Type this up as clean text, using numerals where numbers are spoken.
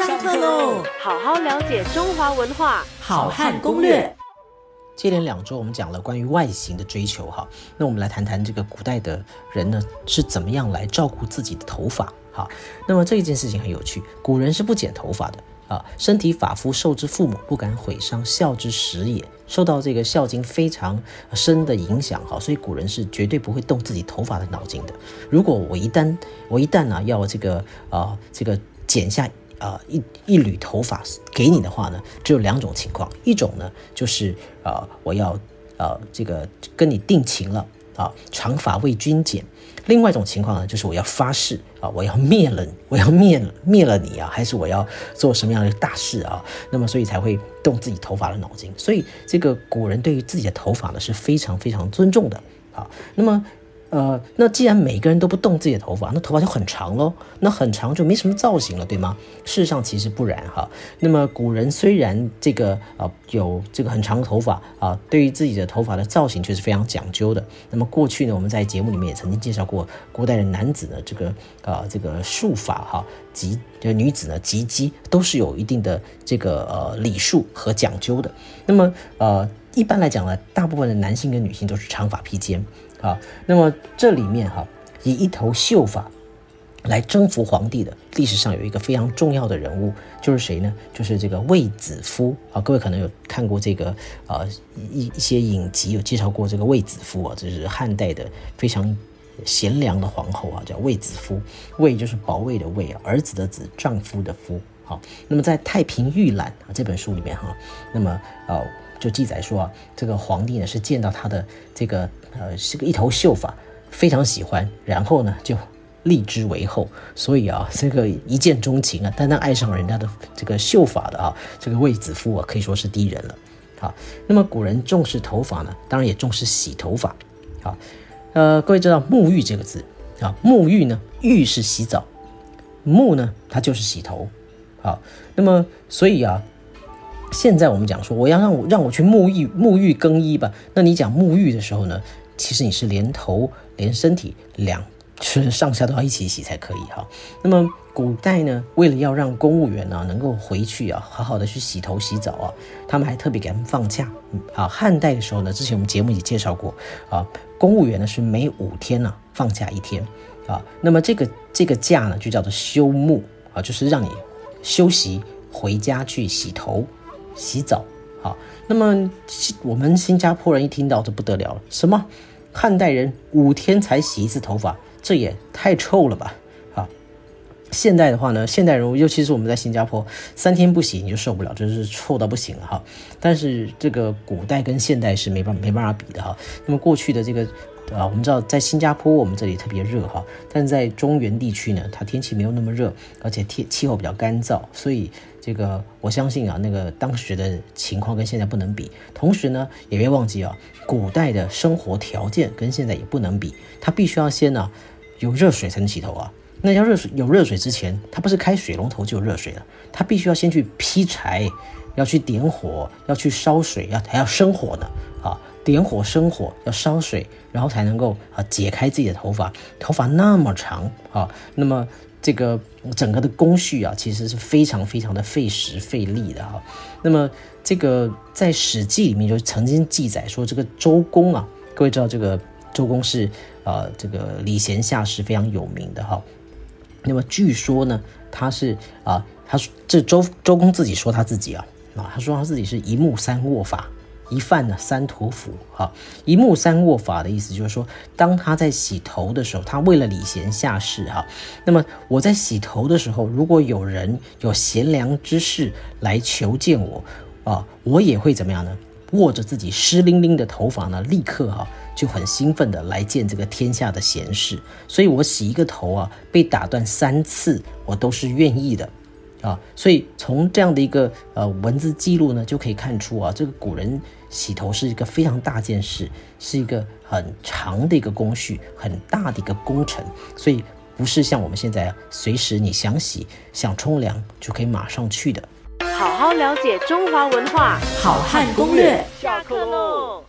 上课喽！ 好好了解中华文化， 好汉攻略。 接连2周我们讲了关于外形的追求哈，那我们来谈谈这个古代的人呢是怎么样来照顾自己的头发哈。那么这一件事情很有趣，古人是不剪头发的啊，身体发肤受之父母，不敢毁伤，孝之始也。受到这个孝经非常深的影响哈，所以古人是绝对不会动自己头发的脑筋的。如果我一旦要这个剪下一缕头发给你的话呢，只有2种情况，一种呢就是我要这个跟你定情了啊，长发为君剪。另外一种情况呢，就是我要发誓啊，我要灭了你啊，还是我要做什么样的大事啊？那么所以才会动自己头发的脑筋。所以这个古人对于自己的头发呢是非常非常尊重的啊。那么那既然每个人都不动自己的头发，那头发就很长咯，那很长就没什么造型了，对吗？事实上其实不然哈。那么古人虽然这个有这个很长的头发啊，对于自己的头发的造型却是非常讲究的。那么过去呢，我们在节目里面也曾经介绍过，古代的男子呢这个束发哈，女子呢及笄都是有一定的这个礼数和讲究的。那么一般来讲呢，大部分的男性跟女性都是长发披肩。好，那么这里面以一头秀发来征服皇帝的历史上有一个非常重要的人物，就是谁呢？就是这个卫子夫啊。各位可能有看过这个一些影集，有介绍过这个卫子夫啊，这是汉代的非常贤良的皇后啊，叫卫子夫。卫就是保卫的卫啊，儿子的子，丈夫的夫。好，那么在《太平御览》这本书里面那么就记载说这个皇帝呢是见到他的这个是个一头秀发，非常喜欢，然后呢就立之为后，所以这个一见钟情啊，单单爱上人家的这个秀发的这个卫子夫可以说是第一人了。好，那么古人重视头发呢，当然也重视洗头发。好，各位知道沐浴这个字啊，沐浴呢，浴是洗澡，沐呢它就是洗头。好，那么所以现在我们讲说我要让我去沐浴更衣吧，那你讲沐浴的时候呢，其实你是连头连身体上下都要一起洗才可以哈。那么古代呢，为了要让公务员能够回去好好的去洗头洗澡他们还特别给他们放假。汉代的时候呢，之前我们节目也介绍过公务员呢是每5天放假1天那么这个假呢就叫做休沐就是让你休息回家去洗头洗澡。好，那么我们新加坡人一听到就不得了了，什么汉代人5天才洗一次头发，这也太臭了吧。好，现代的话呢，现代人尤其是我们在新加坡3天不洗你就受不了，就是臭到不行了但是这个古代跟现代是没办法比的那么过去的这个我们知道在新加坡我们这里特别热但是在中原地区呢，它天气没有那么热，而且气候比较干燥，所以这个我相信那个当时的情况跟现在不能比。同时呢，也别忘记古代的生活条件跟现在也不能比，它必须要先有热水才能洗头那要有热水之前，它不是开水龙头就有热水了，它必须要先去劈柴，要去点火，要去烧水，还要生火呢点火生火要烧水，然后才能够解开自己的头发那么长那么这个整个的工序其实是非常非常的费时费力的那么这个在《史记》里面就曾经记载说，这个周公各位知道这个周公是这个礼贤下士非常有名的那么据说呢，他是这周公自己说他自己他说他自己是一目3握发，一饭3涂服一目3握发的意思就是说，当他在洗头的时候，他为了礼贤下士那么我在洗头的时候，如果有人有贤良之士来求见我我也会怎么样呢？握着自己湿淋淋的头发呢，立刻就很兴奋的来见这个天下的贤士。所以我洗一个头被打断3次，我都是愿意的所以从这样的一个文字记录呢，就可以看出这个古人洗头是一个非常大件事，是一个很长的一个工序，很大的一个工程，所以不是像我们现在随时你想洗想冲凉就可以马上去的。 好好了解中华文化， 好汉攻略。 下课喽。